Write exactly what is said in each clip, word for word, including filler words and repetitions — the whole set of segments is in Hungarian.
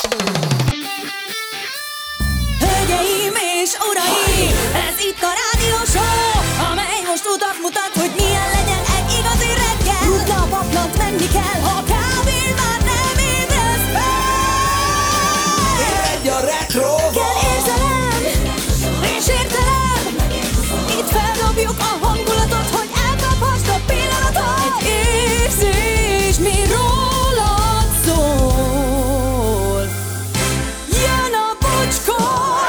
Hölgyeim és uraim, ez itt a rádió show, amely most utat mutat, hogy milyen legyen egy igazi reggel. Rutna a paplant, menni kell, ha kávén már nem ébresz fel. Egy a retro. Kell érzelem és értelem, itt feldobjuk a hangulatot, hogy elkaphast a pillanatot. Egy érzés, mi rólad szól. Jön a bocskor.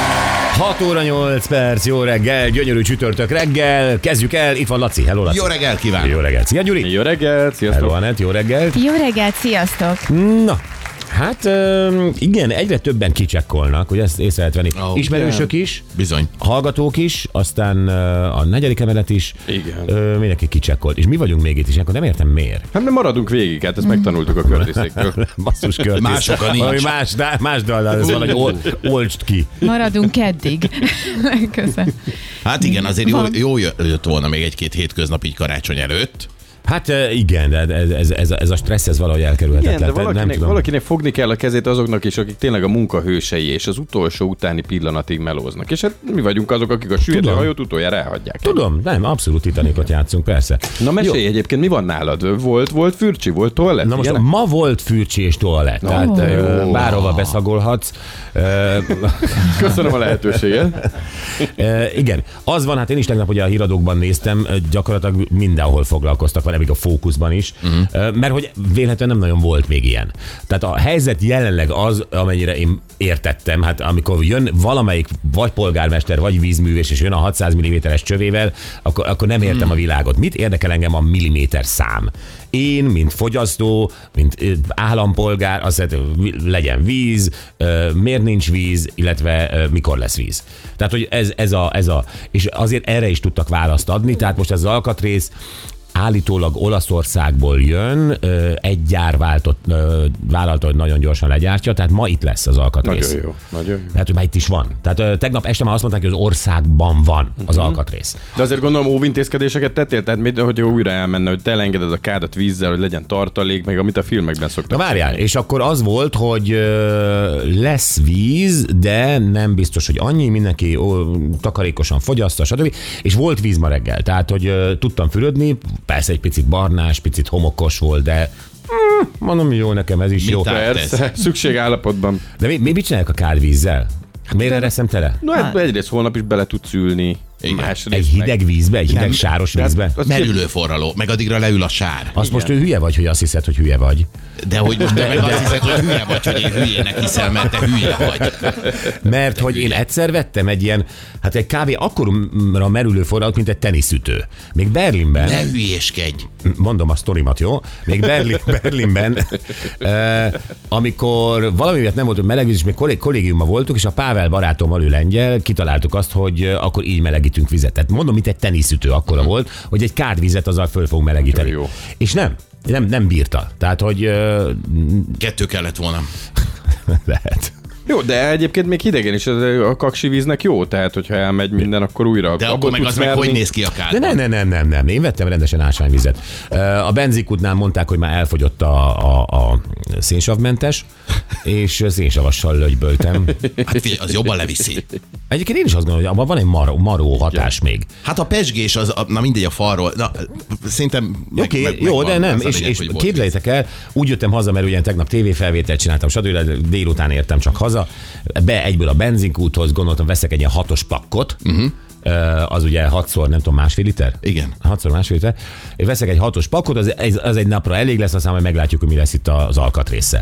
hat óra nyolc perc, jó reggel, gyönyörű csütörtök reggel, kezdjük el, itt van Laci, hello Laci. Jó reggel kívánok! Jó reggel, szia Gyuri. Jó reggelt, sziasztok! Hello Anett, jó reggel. Jó reggelt, sziasztok! Na, hát um, igen, egyre többen kicsekkolnak, hogy ezt észre lehet venni. Oh, Ismerősök is, Bizony. hallgatók is, aztán uh, a negyedik emelet is, Igen. Uh, mindenki kicsekkolt. És mi vagyunk még itt is, akkor nem értem miért. Hát nem maradunk végig, hát ezt megtanultuk a körtiszéktől. Basszus Curtis. Mások a nincs. Valami más, más dallal, ez valahogy ol, olcsd ki. Maradunk eddig. Köszönöm. Hát igen, azért jó, Van. jó jött volna még egy-két hétköznap így karácsony előtt. Hát uh, igen, de ez, ez, ez, ez a stressz, ez valahogy elkerülhetetlen. Igen, de Tehát nem valakinek, tudom. valakinek fogni kell a kezét azoknak is, akik tényleg a munkahősei, és az utolsó utáni pillanatig melóznak. És hát mi vagyunk azok, akik a süllyedő Tudom. hajót utoljára elhagyják. Tudom, nem, abszolút Titanicot játszunk, persze. Na mesélj egyébként, mi van nálad? Volt, volt fürcsi, volt toalett? Na most ilyenek? ma volt fürcsi és toalett, tehát de jó. ö, bárhova beszagolhatsz. Ö, Köszönöm a lehetőséget. ö, igen, az van, hát én is tegnap ugye a híradókban néztem, ö, gyakorlatilag mindenhol foglalkoztak vele, még a Fókuszban is, uh-huh. mert hogy véletlenül nem nagyon volt még ilyen. Tehát a helyzet jelenleg az, amennyire én értettem, hát amikor jön valamelyik vagy polgármester, vagy vízművész, és jön a hatszáz milliméteres csövével, akkor, akkor nem értem hmm. a világot. Mit érdekel engem a milliméter szám? Én, mint fogyasztó, mint állampolgár, azt mondja, legyen víz, miért nincs víz, illetve mikor lesz víz. Tehát, hogy ez, ez, a, ez a... És azért erre is tudtak választ adni, tehát most ez az alkatrész állítólag Olaszországból jön, egy gyár váltott, vállalta, hogy nagyon gyorsan legyártja, tehát ma itt lesz az alkatrész. Nagyon jó, nagyon jó. Tehát, hogy már itt is van. Tehát tegnap este már azt mondták, hogy az országban van az uh-huh. alkatrész. De azért gondolom óvintézkedéseket tettél, tehát mit, hogy újra elmenne, hogy te elengeded a kádat vízzel, hogy legyen tartalék, meg amit a filmekben szoktak. Na várjál, és akkor az volt, hogy lesz víz, de nem biztos, hogy annyi, mindenki ó, takarékosan fogyaszta, stb. És volt víz ma reggel, tehát hogy tudtam fürödni, persze egy picit barnás, picit homokos volt, de mm, mondom, jó, nekem ez is Mit jó. Persze, szükségállapotban. De mi, mi mit csinálják a kádvízzel? Miért erre eszem tele? No, hát egyrészt holnap is bele tudsz ülni. Másrészt Egy hideg meg... vízbe, egy hideg Nem, sáros de- vízbe? az- Merülő forraló, meg addigra leül a sár. Azt most ő hülye vagy, hogy azt hiszed, hogy hülye vagy. De hogy most te meg azt hiszed, hogy hülye vagy, hogy én hülyének hiszel, mert te hülye vagy. Mert hogy én egyszer vettem egy ilyen, hát egy kávé akkorra merülő forralót, mint egy teniszütő. Még Berlinben, Ne hülyéskedj. mondom a sztorimat, jó? Még Berlin, Berlinben, eh, amikor valami miatt nem volt melegvíz, és még kollég, kollégiumban voltunk, és a Pável barátommal, ő lengyel, kitaláltuk azt, hogy eh, akkor így melegítünk vizet. Tehát mondom, mint egy teniszütő akkora volt, hogy egy kádvizet azzal föl fog melegíteni. Jó. És nem, nem, nem bírta. Tehát, hogy eh, Kettő kellett volna. lehet. Jó, de egyébként még hidegen is a kaksi víznek jó, tehát hogyha elmegy minden, akkor újra. De abból akkor meg tudsz az meg merni. hogy néz ki a De kádban? nem, nem, nem, nem, nem. Én vettem rendesen ásványvizet. A benzinkútnál mondták, hogy már elfogyott a, a, a szénsavmentes, és szénsavassal lögyböltem. Hát figyelj, az jobban leviszi. Egyébként én is azt gondolom, hogy abban van egy maró, maró hatás még. Hát a pezsgés, az, a, na mindegy, a falról. Na, szerintem meg, Oké, meg, jó, megvan. de nem, Az a és, lényeg, és hogy volt képzeljétek el, úgy jöttem haza, mert ugye tegnap tévéfelvételt csináltam, stb. Délután értem csak haza, be egyből a benzinkúthoz, gondoltam, veszek egy ilyen hatos pakkot, uh-huh. az ugye hatszor, nem tudom, másfél liter? Igen. Hatszor másfél liter. Én veszek egy hatos pakkot, az, az egy napra elég lesz, aztán majd meglátjuk, hogy mi lesz itt az alkatrésszel.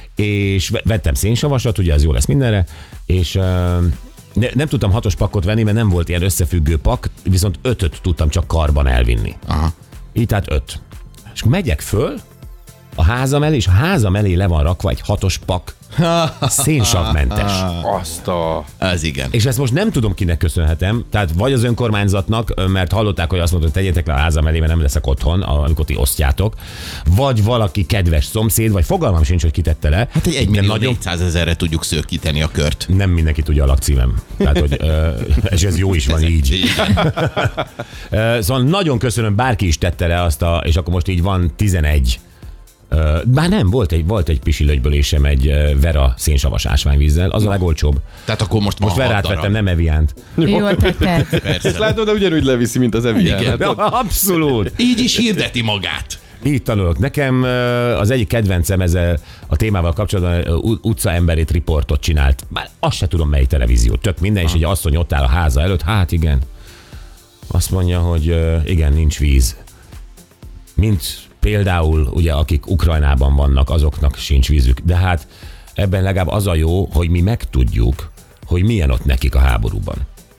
És vettem szénsavasat, ugye az jó lesz mindenre, és ne, nem tudtam hatos pakkot venni, mert nem volt ilyen összefüggő pak, viszont ötöt tudtam csak karban elvinni. Aha. Így tehát öt. És megyek föl a házam elé, és a házam elé le van rakva egy hatos pak szénsavmentes. Azt a... Ez igen. És ezt most nem tudom, kinek köszönhetem, tehát vagy az önkormányzatnak, mert hallották, hogy azt mondta, hogy tegyétek le a házam elé, mert nem leszek otthon, amikor ti osztjátok, vagy valaki kedves szomszéd, vagy fogalmam sincs, hogy kitette le. Hát egy De egymillió nagyon négyszázezerre tudjuk szőkíteni a kört. nem mindenki tudja a lakcímem. Tehát, hogy, ö, és ez jó is van így. Igen. Ö, Szóval nagyon köszönöm, bárki is tette le azt a, és akkor most így van tizenegy Bár nem, volt egy, volt egy pisilögybölésem egy Vera szénsavas ásványvízzel, az a legolcsóbb. Tehát akkor most Most Verát vettem, nem Eviánt. Jól tetted. Ezt látod, de ugyanúgy leviszi, mint az Evian. Igen. Abszolút. Így is hirdeti magát. Így tanulok. Nekem az egyik kedvencem ezzel a témával kapcsolatban utcaemberét riportot csinált. Már azt se tudom, mely televízió. Tök minden, és egy asszony ott áll a háza előtt. Hát igen. Azt mondja, hogy igen, nincs víz. Mint például, ugye, akik Ukrajnában vannak, azoknak sincs vízük. De hát ebben legalább az a jó, hogy mi megtudjuk, hogy milyen ott nekik a háborúban.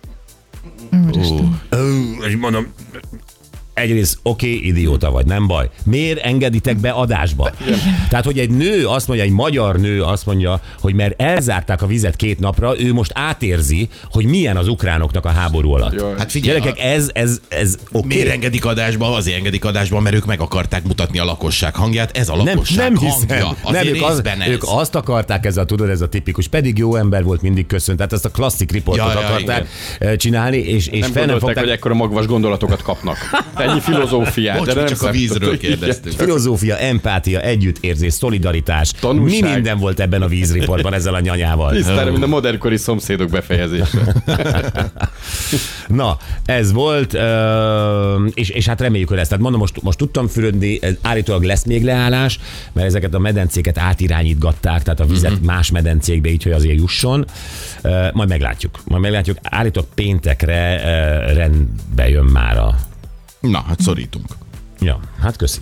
Ó, mondom, egyrészt oké, okay, idióta vagy, nem baj. Miért engeditek be adásba? Tehát, hogy egy nő azt mondja, egy magyar nő azt mondja, hogy mert elzárták a vizet két napra, ő most átérzi, hogy milyen az ukránoknak a háború alatt. Jaj. Hát figyelj, Gyerekek, ez, ez, ez oké. miért Okay. engedik adásba? Azért engedik adásba, mert ők meg akarták mutatni a lakosság hangját. Ez a Nem, lakosság nem hiszem. hangja. Nem, Azért ők, az, részben ez. ők azt akarták, ez a, tudod, ez a tipikus, pedig jó ember volt, mindig köszönt. Tehát ezt a klasszik riportot Ja, ja, akarták igen. csinálni, és, és Nem fel nem gondolták, fogták. hogy ekkora magvas gondolatokat kapnak. Ennyi filozófiát. Bocs, de nem csak a vízről számított. kérdeztünk. Filozófia, empátia, együttérzés, szolidaritás. Tanulság. Mi minden volt ebben a vízriportban ezzel a nyanyával. Tisztára, mint a modernkori szomszédok befejezése. Na, ez volt, és, és hát reméljük, hogy lesz. Tehát mondom, most, most tudtam fürödni, állítólag lesz még leállás, mert ezeket a medencéket átirányítgatták, tehát a vizet uh-huh. más medencékbe, így, hogy azért jusson. Majd meglátjuk. Majd meglátjuk. Állítólag péntekre rendbe jön már a... Na, hát szorítunk. Ja, hát köszi.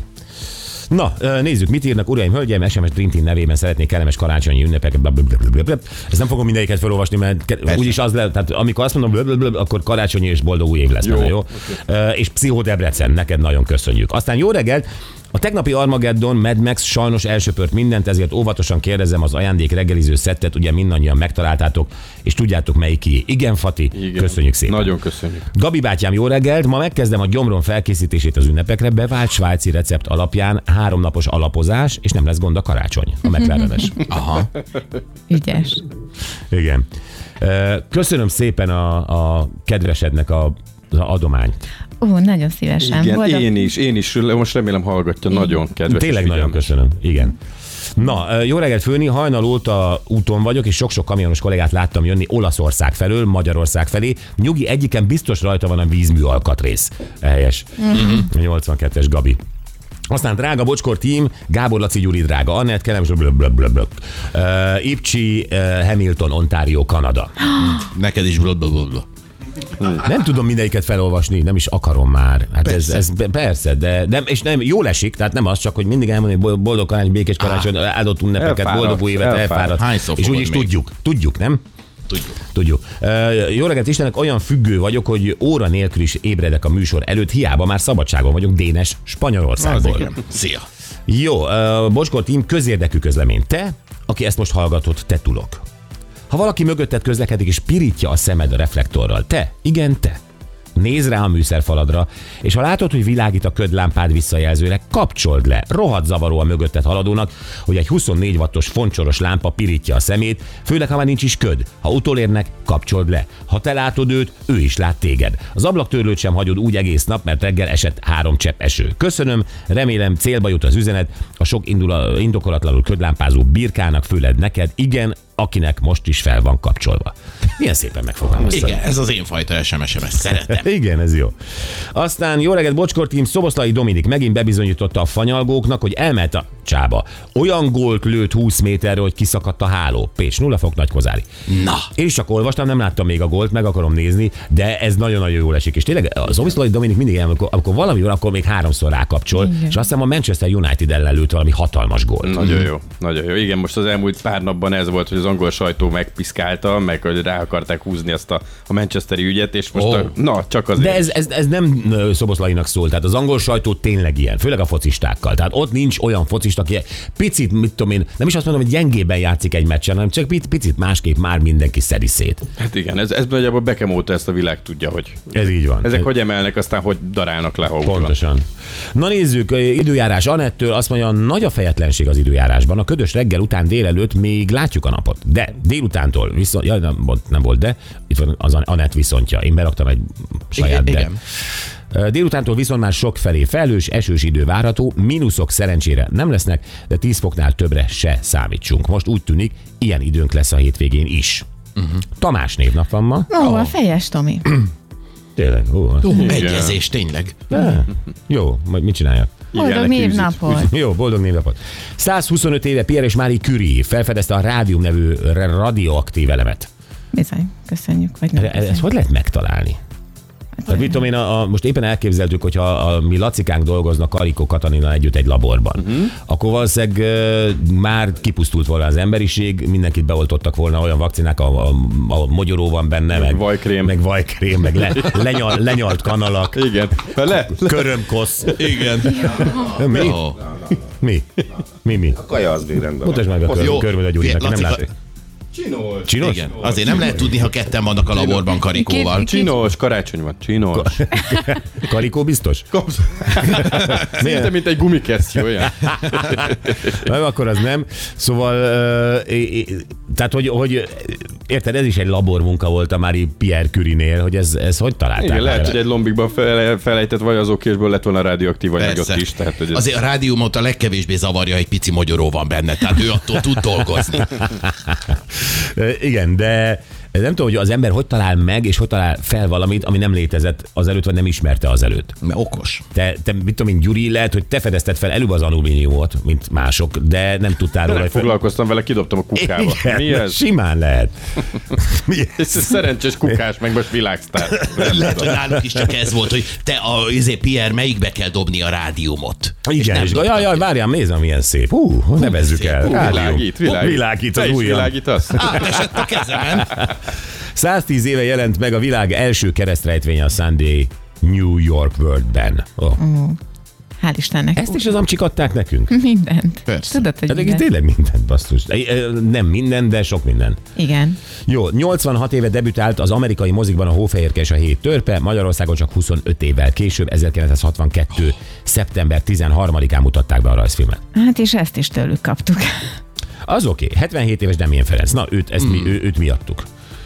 Na, nézzük, mit írnak, uraim, hölgyeim, es em es Dream Team nevében szeretnék kellemes karácsonyi ünnepeket. Blablabla. Ezt nem fogom mindegyiket felolvasni, mert úgyis az le, tehát amikor azt mondom, blablabla, akkor karácsonyi és boldog új év lesz. Jó, jó? Okay. És Pszicho Debrecen, neked nagyon köszönjük. Aztán jó reggelt! A tegnapi Armageddon Mad Max sajnos elsöpört mindent, ezért óvatosan kérdezem az ajándék reggeliző szettet, ugye mindannyian megtaláltátok, és tudjátok melyik. Igen, Fati, igen. Köszönjük szépen. Nagyon köszönjük. Gabi bátyám, jó reggelt! Ma megkezdem a gyomrom felkészítését az ünnepekre, bevált svájci recept alapján háromnapos alapozás, és nem lesz gond a karácsony. A McLarenes. Aha. Ügyes. Igen. Köszönöm szépen a, a kedvesednek a, az adományt. Ó, nagyon szívesen. Igen, Boldog... én is, én is, most remélem hallgatja, nagyon kedves. Tényleg nagyon köszönöm, igen. Na, jó reggelt Főni, hajnal óta úton vagyok, és sok-sok kamionos kollégát láttam jönni Olaszország felől, Magyarország felé. Nyugi, egyiken biztos rajta van a vízmű alkatrész. Helyes. Mm-hmm. nyolcvankettes Gabi. Aztán drága Bocskor team, Gábor Laci Gyuri, drága Annett, kellemes blablabla. Uh, Ipcsi, uh, Hamilton, Ontario, Kanada. Neked is blablabla. Nem tudom mindegyiket felolvasni, nem is akarom már. Hát persze. Ez, ez persze, de nem, és nem jól esik, tehát nem az csak, hogy mindig elmondani boldog karácsony, békés karácsony, áldott ünnepeket, elfáradt, boldog új évet, elfáradt. Hányszor És úgy is még? tudjuk, tudjuk, nem? Tudjuk. Tudjuk. Uh, jó reggelt Istennek, olyan függő vagyok, hogy óra nélkül is ébredek a műsor előtt, hiába már szabadságon vagyok, Dénes Spanyolországból. Szia. Jó, uh, Bocskor team, közérdekű közlemény. Te, aki ezt most hallgatod, te tulok. Ha valaki mögötted közlekedik és pirítja a szemed a reflektorral, te, igen, te. Nézd rá a műszerfaladra, és ha látod, hogy világít a ködlámpád visszajelzőre, kapcsold le. Rohadt zavaró a mögötted haladónak, hogy egy huszonnégy wattos foncsoros lámpa pirítja a szemét, főleg ha már nincs is köd. Ha utolérnek, kapcsold le. Ha te látod őt, ő is lát téged. Az ablaktörlőt sem hagyod úgy egész nap, mert reggel esett három csepp eső. Köszönöm, remélem célba jut az üzenet, a sok indula, indokolatlanul ködlámpázó birkának, főleg neked, igen, akinek most is fel van kapcsolva. Milyen szépen megfogalmaztad. Igen, ez az én fajta es em es-em, ezt szeretem. Igen, ez jó. Aztán jó reggelt, Bocskor team, Szoboszlai Dominik megint bebizonyította a fanyalgóknak, hogy elment a csába. Olyan gólt lőtt húsz méterre, hogy kiszakadt a háló. Pécs, nulla fok, Nagykozári. Na. Én is csak olvastam, nem láttam még a gólt, meg akarom nézni, de ez nagyon-nagyon jól esik. És tényleg a Szoboszlai Dominik mindig el, amikor, amikor valami van, akkor még háromszor rákapcsol, igen. És azt hiszem a Manchester United ellen lőtt valami hatalmas gólt. Nagyon jó, nagyon jó. Igen, most az elmúlt pár napban ez volt, hogy az angol sajtó megpiszkálta, meg hogy rá akarták húzni azt a, a manchesteri ügyet, és most oh. a, na, csak azért. De ez, ez, ez nem Szoboszlainak szól, tehát az angol sajtó tényleg ilyen, főleg a focistákkal. Tehát ott nincs olyan focista, aki picit, mit tudom én, nem is azt mondom, hogy gyengében játszik egy meccsen, hanem csak picit másképp már mindenki szedi szét. Hát igen, ez, ez nagyjából Beckham óta ezt a világ tudja, hogy ez így van. Ezek ez... hogy emelnek, aztán hogy darálnak le, ha pontosan. Na nézzük, időjárás Anettől azt mondja, nagy a fejetlenség az időjárásban. A ködös reggel után délelőtt még látjuk a napot, de délutántól viszont, ja, nem, nem volt, de itt van az Anett viszontja. Én beraktam egy saját, igen, de. Igen. Délutántól viszont már sokfelé felhős, esős idő várható, mínuszok szerencsére nem lesznek, de tíz foknál többre se számítsunk. Most úgy tűnik, ilyen időnk lesz a hétvégén is. Uh-huh. Tamás névnap van ma. Ó, a fejes Tomi. Tényleg, ó. Uh, egyezés, tényleg. Ja. Jó, majd mit csináljak? Boldog névnapot. Jó, boldog névnapot. százhuszonöt éve Pierre és Marie Curie felfedezte a rádium nevű radioaktív elemet. Bizony, köszönjük. Vagy nem Ez, köszönjük. ezt hogy lehet megtalálni? Hát, mit tudom én, a, a, most éppen elképzeltük, hogyha a, a mi lacikánk dolgoznak Karikó Katalina együtt egy laborban, uh-huh. akkor valószínűleg e, már kipusztult volna az emberiség, mindenkit beoltottak volna olyan vakcinák, a, a, a mogyoró van benne, meg vajkrém, meg, vajkrém, meg le, lenyal, lenyalt kanalak, igen. Le, le. körömkosz. Igen. Mi? Jó. Mi? Mi, mi? A kaja az még rendben. Mutasd meg a kör, körmöd a Gyurinak, nem Laci, látja. Csinos. Csinos? Igen. Azért nem lehet tudni, ha ketten vannak a laborban Karikóval. Csinos, karácsony van, csinos. Karikó biztos? Szinte, mint egy gumikesztyű, olyan. Nem, akkor az nem. Szóval, uh, é, é, tehát, hogy, hogy érted, ez is egy labormunka volt a Marie Pierre Curie-nél, hogy ez, ez hogy találták? Igen, lehet, hogy egy lombikban fele, felejtett vajazókésből lett volna radioaktív anyagot is. Tehát, hogy ez... Azért a rádiumot a legkevésbé zavarja, egy pici mogyoró van benne, tehát ő attól tud dolgozni. Igen, de nem tudom, hogy az ember hogy talál meg, és hogy talál fel valamit, ami nem létezett azelőtt, vagy nem ismerte azelőtt. Mert okos. Te, te mit tudom én, Gyuri, lehet, hogy te fedezted fel előbb az alumíniumot, mint mások, de nem tudtál róla. Nem hogy fel... foglalkoztam vele, kidobtam a kukába. Igen, Mi ez? simán lehet. Mi Ez szerencsés kukás, meg most világsztár. Lehet, hogy náluk is csak ez volt, hogy te a izé, Pierre, melyikbe kell dobni a rádiumot. Igen, és jaj, jaj, várjál, nézem, milyen szép. Hú, nevezzük szép. el. Hú, Rádió. Világít, világít. Világít Te az is ujjam. világítasz? Átesett a kezemen. száztíz éve jelent meg a világ első keresztrejtvénye a Sunday New York World-ben. Oh. Hál' Istennek. Ezt is az amcsik adták nekünk? Mindent. Persze. Tudod, hogy Hát ez mindent. tényleg mindent, basszus. Nem minden, de sok minden. Igen. Jó, nyolcvanhat éve debütált az amerikai mozikban a Hófehérke és a hét törpe, Magyarországon csak huszonöt évvel később, ezerkilencszázhatvankettő. szeptember tizenharmadikán mutatták be a rajzfilmet. Hát és ezt is tőlük kaptuk. Az oké, okay. hetvenhét éves Damien Ferenc, na őt, ezt mi, ő, őt mi adtuk.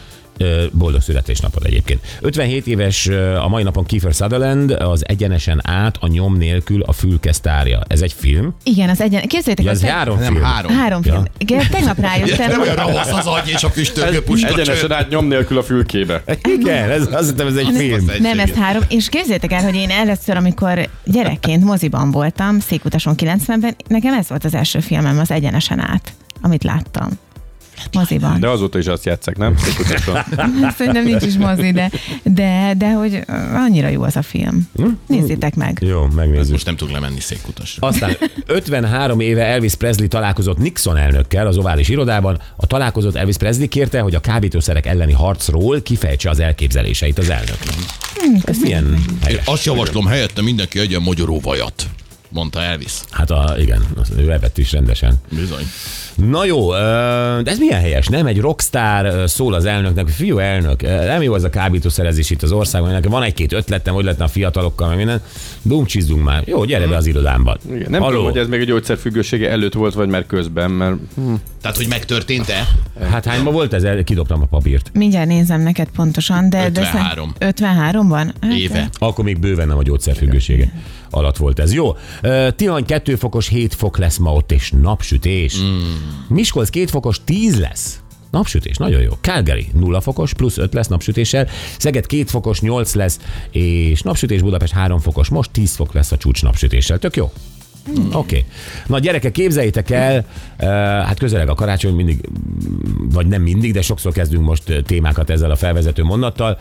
Ö, Boldog születésnapod egyébként. ötvenhét éves ö, a mai napon Kiefer Sutherland, az Egyenesen át, a nyom nélkül a fülke sztárja. Ez egy film? Igen, az egyen... Képzeljétek, Ja, az hogy három Nem, film. három. három film. Igen, tegnap rájöttem. Nem olyan rossz az agy és a füstölgő puska. Egyenesen át nyom nélkül a fülkébe. Igen, ez, azt hittem, ez egy film. Nem, ez három. És képzeljétek el, hogy én először, amikor gyerekként moziban voltam, Székutason kilencvenben, nekem ez volt az első filmem, az Egyenesen át, amit láttam. Moziban. De azóta is azt játsszák, nem? Szerintem nincs is mozi, de, de, de hogy annyira jó az a film. Nézzétek meg. Jó, megnézzük. Most nem tudunk lemenni Székkutasra. Aztán ötvenhárom éve Elvis Presley találkozott Nixon elnökkel az ovális irodában. A találkozott Elvis Presley kérte, hogy a kábítószerek elleni harcról kifejtse az elképzeléseit az elnöknek. Ez milyen helyes? Azt javaslom, helyette mindenki egyen mogyoró vajat, mondta Elvis. Hát a, igen, ő evett is rendesen. Bizony. Na jó, de ez milyen helyes, nem? Egy rockstar szól az elnöknek, hogy fiú elnök, nem jó az a kábítószerezés itt az országban, nekem van egy-két ötletem, hogy lehetne a fiatalokkal, meg minden, dumcsizzunk már. Jó, gyere be az irodámban. Igen, nem Halló? tudom, hogy ez még a gyógyszerfüggősége előtt volt, vagy már közben, mert... Hm. Tehát, hogy megtörtént-e? Hát hányban volt ez? Kidobtam a papírt. Mindjárt nézem neked pontosan, de... ötvenhárom. De ötvenháromban? Hát, Éve. Akkor még bőven nem a gyógyszerfüggősége alatt volt ez. Jó, Tihany kettő fokos, hét fok lesz ma ott, és napsütés. Mm. Miskolc két fokos, tíz lesz. Napsütés, nagyon jó. Calgary nulla fokos, plusz öt lesz napsütéssel. Szeged két fokos, nyolc lesz, és napsütés, Budapest három fokos, most tíz fok lesz a csúcs napsütéssel. Tök jó. Hmm. Oké. Okay. Na gyerekek, képzeljétek el, uh, hát közeleg a karácsony, mindig, vagy nem mindig, de sokszor kezdünk most témákat ezzel a felvezető mondattal,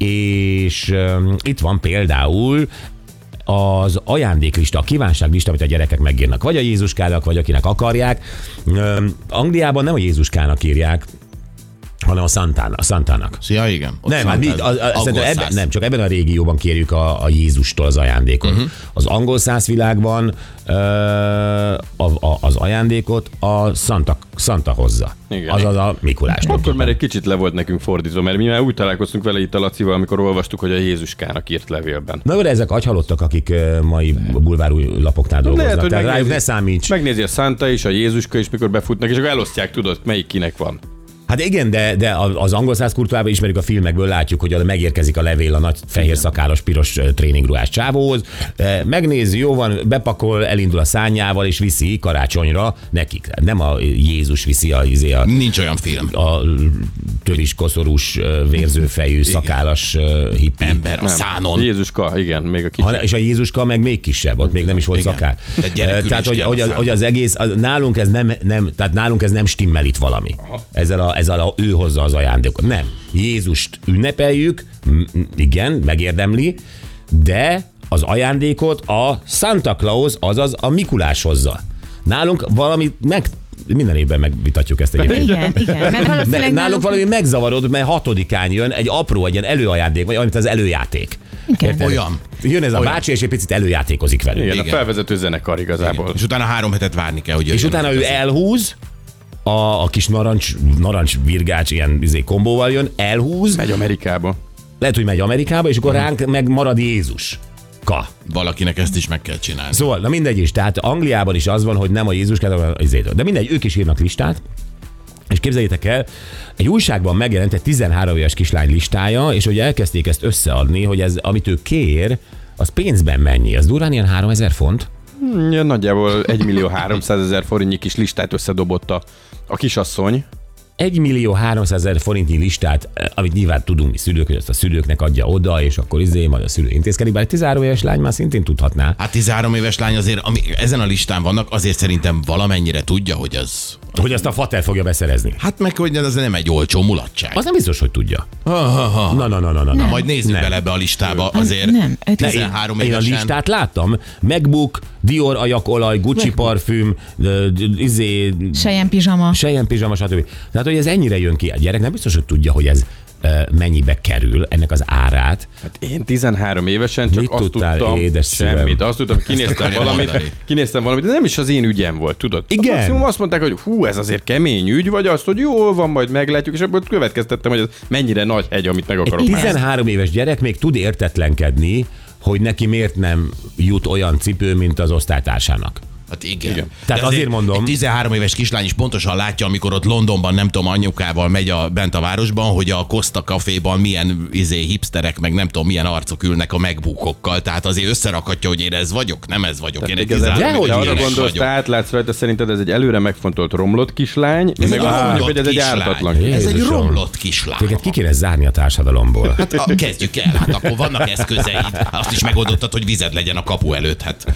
és um, itt van például az ajándéklista, a kívánságlista, amit a gyerekek megírnak, vagy a Jézuskának, vagy akinek akarják. Um, Angliában nem a Jézuskának írják, hanem a Santának. A Santának. Szia, igen. Ott Nem, hát mi, a, a, szerintem ebben, nem, csak ebben a régióban kérjük a, a Jézustól az ajándékot. Uh-huh. Az angol száz világban ö, a, a, az ajándékot a Santa, Santa hozza. Igen. Azaz a Mikulás. Akkor már egy kicsit le volt nekünk fordítva, mert mi már úgy találkoztunk vele itt a Lacival, amikor olvastuk, hogy a Jézuskának írt levélben. Na, de ezek agyhalottak, akik uh, mai bulvárúj lapoknál dolgoznak. Lehet, hogy Tehát rájuk megnézi, ne számíts. megnézi a Santa is, a Jézuska is, mikor befutnak, és akkor elosztják, tudod, melyik kinek van. Hát igen, de, de az angol száz kultúrában ismerjük a filmekből, látjuk, hogy megérkezik a levél a nagy fehér szakállas piros tréningruhás csávóhoz, megnézi, jó van, bepakol, elindul a szányával, és viszi karácsonyra nekik. Nem a Jézus viszi a... a Nincs olyan film. A tövis, koszorús, vérzőfejű, szakállas hippi. Ember a Nem. szánon. Jézuska, igen, még a kicsi. Ha, és a Jézuska meg még kisebb, ott még nem is volt Igen. szakál. Tehát Tehát, hogy, hogy, az, az, hogy az egész, az, nálunk ez nem, nem, tehát nálunk ez nem stimmel itt valami. Ezzel a, ezzel a, ő hozza az ajándékot. Nem. Jézust ünnepeljük, igen, megérdemli, de az ajándékot a Santa Claus, azaz a Mikulás hozza. Nálunk valami meg... Minden évben megvitatjuk ezt egyébként. Igen, igen. Mert Ne, valószínűleg nálunk valami megzavarod, mert hatodikán jön egy apró, egy ilyen előajándék, vagy amit az előjáték. Igen. Érted? Olyan. Jön ez a Olyan. bácsi, és egy picit előjátékozik velünk. Igen, Igen. a felvezető zenekar igazából. És utána három hetet várni kell, hogy És jöjjön. utána ő elhúz, a, a kis narancs, narancs virgács ilyen izé, kombóval jön, elhúz, Megy Amerikába. lehet, hogy megy Amerikába, és akkor ránk meg marad Jézus. Ka. Valakinek ezt is meg kell csinálni. Szóval, na mindegy is, tehát Angliában is az van, hogy nem a Jézus, hanem a izétől. De mindegy, ők is írnak listát, és képzeljétek el, egy újságban megjelent egy tizenhárom éves kislány listája, és hogy elkezdték ezt összeadni, hogy ez, amit ő kér, az pénzben mennyi. Az durván ilyen háromezer font? Hmm, ja, nagyjából egymillió-háromszázezer forintnyi kis listát összedobott a, a kisasszony. egymillió háromszázezer forintnyi listát, amit nyilván tudunk mi szülők, hogy ezt a szülőknek adja oda, és akkor izé, majd a szülő intézkedik, bár egy tizenhárom éves lány már szintén tudhatná. Hát tizenhárom éves lány azért, ami ezen a listán vannak, azért szerintem valamennyire tudja, hogy az... Hogy azt a fater fogja beszerezni. Hát meg, hogy ez nem egy olcsó mulatság. Az nem biztos, hogy tudja. Ha, ha, ha. Na, na, na, na, na. Na, majd nézzük Nem. bele ebbe a listába azért. Nem, öt- tizenhárom Én a évesen. listát láttam. MacBook, Dior ajakolaj, Gucci parfüm, ö, izé, Sejen pizsama. Sejen pizsama, stb. Tehát, hogy ez ennyire jön ki. A gyerek nem biztos, hogy tudja, hogy ez ö, mennyibe kerül, ennek az árát. Hát én tizenhárom évesen csak Mit azt tudtál, tudtam, édes szívem? semmit. Azt tudtam, kinéztem akarja valamit, mondani. kinéztem valamit, de nem is az én ügyem volt, tudod? Igen. Maximum azt mondták, hogy hú, ez azért kemény ügy, vagy azt, hogy jól van, majd meglátjuk, és ebből következtettem, hogy ez mennyire nagy hegy, amit meg akarok. Egy mászni. tizenhárom éves gyerek még tud értetlenkedni, hogy neki miért nem jut olyan cipő, mint az osztálytársának. Hát igen. Igen. Tehát De azért mondom- Egy tizenhárom éves kislány is pontosan látja, amikor ott Londonban, nem tudom, anyukával megy a, bent a városban, hogy a Costa Caféban milyen izé, hipsterek, meg nem tudom, milyen arcok ülnek a megbúkokkal. Tehát azért összerakhatja, hogy én ez vagyok, nem ez vagyok. Én egy Igazából, tizenhárom te éves arra gyerek gondolsz, te vagyok. átlátsz rajta, szerinted ez egy előre megfontolt romlott kislány, Ez meg egy azt mondjuk, romlott hogy ez egy kislány. ártatlan Jé. kislány. Ez egy Jézusom. romlott kislány. Téged ki kéne zárni a társadalomból. Hát a, kezdjük el, hát akkor vannak eszközeid. Azt is megoldottad, hogy vized legyen a kapu előtt. Hát.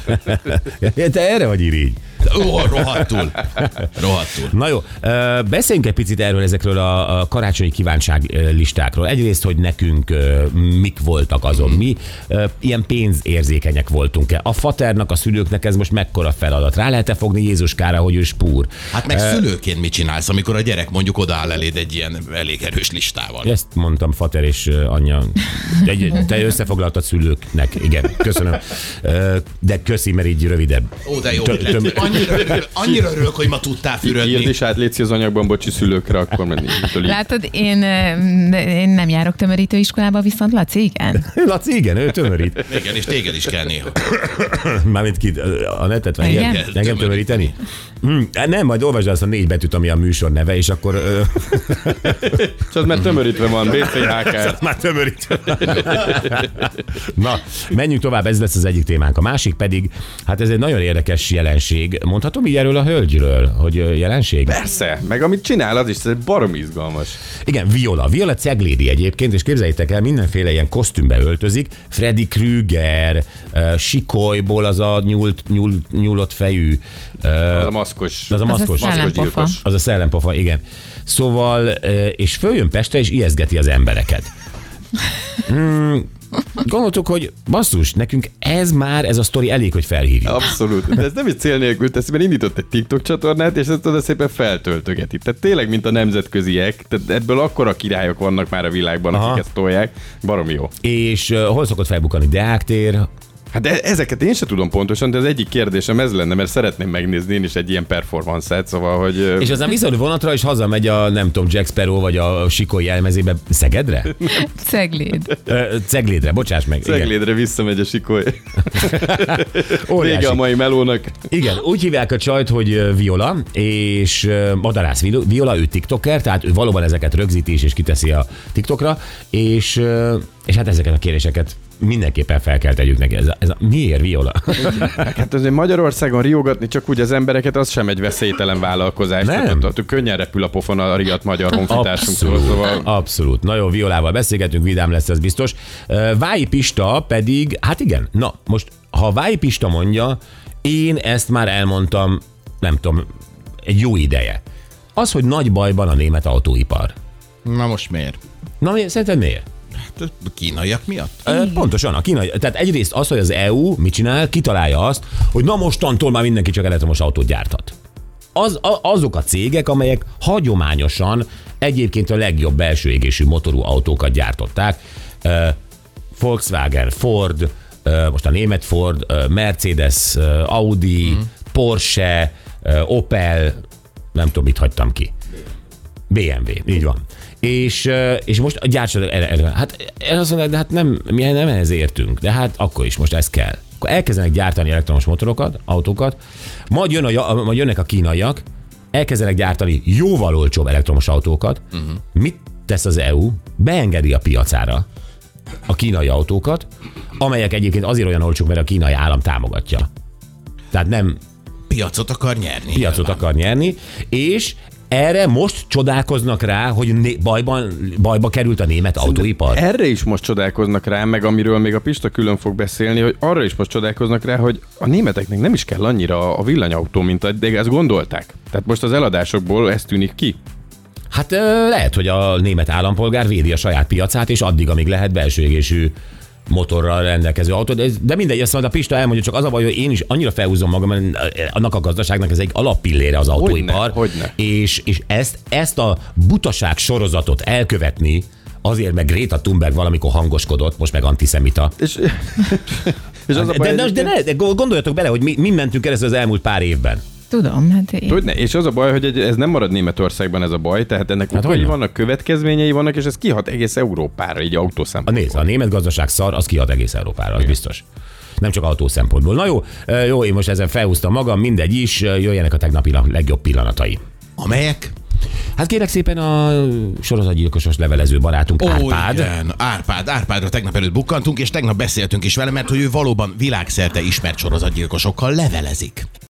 Te erre vagy irigy. Ó, rohadtul. Rohadtul. Na jó, ö, beszéljünk egy picit erről, ezekről a, a karácsonyi kívánság ö, listákról. Egyrészt, hogy nekünk ö, mik voltak azon, mi ö, ilyen pénzérzékenyek voltunk-e. A faternak, a szülőknek ez most mekkora feladat? Rá lehet-e fogni Jézuskára, hogy ő spúr? Hát meg szülőként mit csinálsz, amikor a gyerek mondjuk odaáll eléd egy ilyen elég erős listával? Ezt mondtam fater és ö, anyja. Egy, te összefoglaltad szülőknek. Igen, köszönöm. Ö, De köszi, mert így rövidebb. Ó, de jó, Tö- töm- annyira, örülök, annyira örülök, hogy ma tudtál Írd fürödni. is át, létszi az anyagban, bocsi szülőkre, akkor menni. Látod, én, ö, én nem járok tömörítő iskolába, viszont Laci igen. Laci, igen, ő tömörít. Igen, és téged is kell néha. Mármint ki, a netet vagy Igen. engem, engem tömöríteni? Hmm, nem, majd olvasd azt a négy betűt, ami a műsor neve, és akkor... Ö, És az mert tömörítve van, bé cé há ká. már tömörít. Na, menjünk tovább, ez lesz az egyik témánk. A másik pedig, hát ez egy nagyon érdekes jelenség. Mondhatom így erről a hölgyről, hogy ö, jelenség? Persze, meg amit csinál, az is ez baromi izgalmas. Igen, Viola. Viola ceglédi egyébként, és képzeljétek el, mindenféle ilyen kosztümbe öltözik. Freddy Krüger, uh, Sikolyból az a nyúlt, nyúlt, nyúlott fejű. Uh, Az a maszkos. az a Az a maszkos. szellempofa. gyilkos. Az a szellempofa, igen. Szóval, uh, és följön Pestre, és ijesztgeti az embereket. Hmm, gondoltuk, hogy basszus, nekünk ez már, ez a sztori elég, hogy felhívjuk. Abszolút. De ez nem is cél nélkül teszi, mert indított egy TikTok csatornát, és ezt oda szépen feltöltögeti. Tehát tényleg, mint a nemzetköziek, tehát ebből akkora királyok vannak már a világban, Aha. akik ezt tolják. Baromi jó. És uh, hol szokott felbukani? Deák tér, Hát de ezeket én sem tudom pontosan, de az egyik kérdésem ez lenne, mert szeretném megnézni én is egy ilyen performance-et, szóval, hogy... És aztán viszont vonatra, és hazamegy a, nem tudom, Jack Sparrow, vagy a Sikoly elmezébe Szegedre? Cegléd. Ö, Ceglédre, bocsáss meg. Ceglédre visszamegy a Sikoly. Óriási. Vége a mai melónak. Igen, úgy hívják a csajt, hogy Viola, és Madarász Viola, ő tiktoker, tehát ő valóban ezeket rögzíti is, és kiteszi a TikTokra, és, és hát ezeket a kéréseket mindenképpen fel kell tegyük neki. Ez a, ez a, miért Viola? Hát azért Magyarországon riogatni csak úgy az embereket, az sem egy veszélytelen vállalkozás. Nem. Tehát ott könnyen repül a pofon a riadt magyar honfitársunktól. Abszolút, Szóval... abszolút. Na jó, Violával beszélgetünk, vidám lesz, ez biztos. Vályi Pista pedig, hát igen, na most, ha Vályi Pista mondja, én ezt már elmondtam, nem tudom, egy jó ideje. Az, hogy nagy bajban a német autóipar. Na most miért? Na, mi- szerinted miért? Hát a kínaiak miatt? Ö, Pontosan, a kínai. Tehát egyrészt az, hogy az é u mit csinál, kitalálja azt, hogy na mostantól már mindenki csak elektromos autót gyárthat. Az, a, azok a cégek, amelyek hagyományosan egyébként a legjobb belső égésű motorú autókat gyártották. Ö, Volkswagen, Ford, ö, most a német Ford, ö, Mercedes, ö, Audi, mm. Porsche, ö, Opel, nem tudom, mit hagytam ki. bé em vé, így van. És, és most gyártsanak erre, erre. Hát én azt mondom, de hát nem, mi nem ehhez értünk, de hát akkor is most ez kell. Akkor elkezdenek gyártani elektromos motorokat, autókat, majd, jön a, majd jönnek a kínaiak, elkezdenek gyártani jóval olcsóbb elektromos autókat. Uh-huh. Mit tesz az é u? Beengedi a piacára a kínai autókat, amelyek egyébként azért olyan olcsók, mert a kínai állam támogatja. Tehát nem Piacot akar nyerni. piacot nyilván. akar nyerni, és erre most csodálkoznak rá, hogy né- bajban, bajba került a német autóipar. Erre is most csodálkoznak rá, meg amiről még a Pista külön fog beszélni, hogy arra is most csodálkoznak rá, hogy a németeknek nem is kell annyira a villanyautó, mint eddig ezt gondolták. Tehát most az eladásokból ez tűnik ki. Hát ö, lehet, hogy a német állampolgár védi a saját piacát, és addig, amíg lehet belső égésű motorral rendelkező autó, de, de mindegy, azt majd a Pista elmondja, csak az a baj, hogy én is annyira felhúzom magam, mert annak a gazdaságnak ez egy alappillére az autóipar, hogyne. és, és ezt, ezt a butaság sorozatot elkövetni, azért meg Greta Thunberg valamikor hangoskodott, most meg antiszemita. És, és az a De, baj, de, de, ne, de gondoljatok bele, hogy mi, mi mentünk keresztül az elmúlt pár évben. Tudom, hát én... Tudne, és az a baj, hogy ez nem marad Németországban ez a baj, tehát ennek Hát okai hogyne? vannak, következményei vannak, és ez kihat egész Európára, így A autószempontból. nézd, a német gazdaság szar, az kihat egész Európára, az biztos. Nem csak autó szempontból. Na jó, jó, én most ezen felhúztam magam, mindegy is, jöjjenek a tegnapi legjobb pillanatai. Amelyek? Hát kérlek szépen a sorozatgyilkosos levelező barátunk Ó, Árpád. igen, Árpád. Árpádra tegnap előtt bukkantunk, és tegnap beszéltünk is vele, mert hogy ő valóban világszerte ismert sorozatgyilkosokkal levelezik.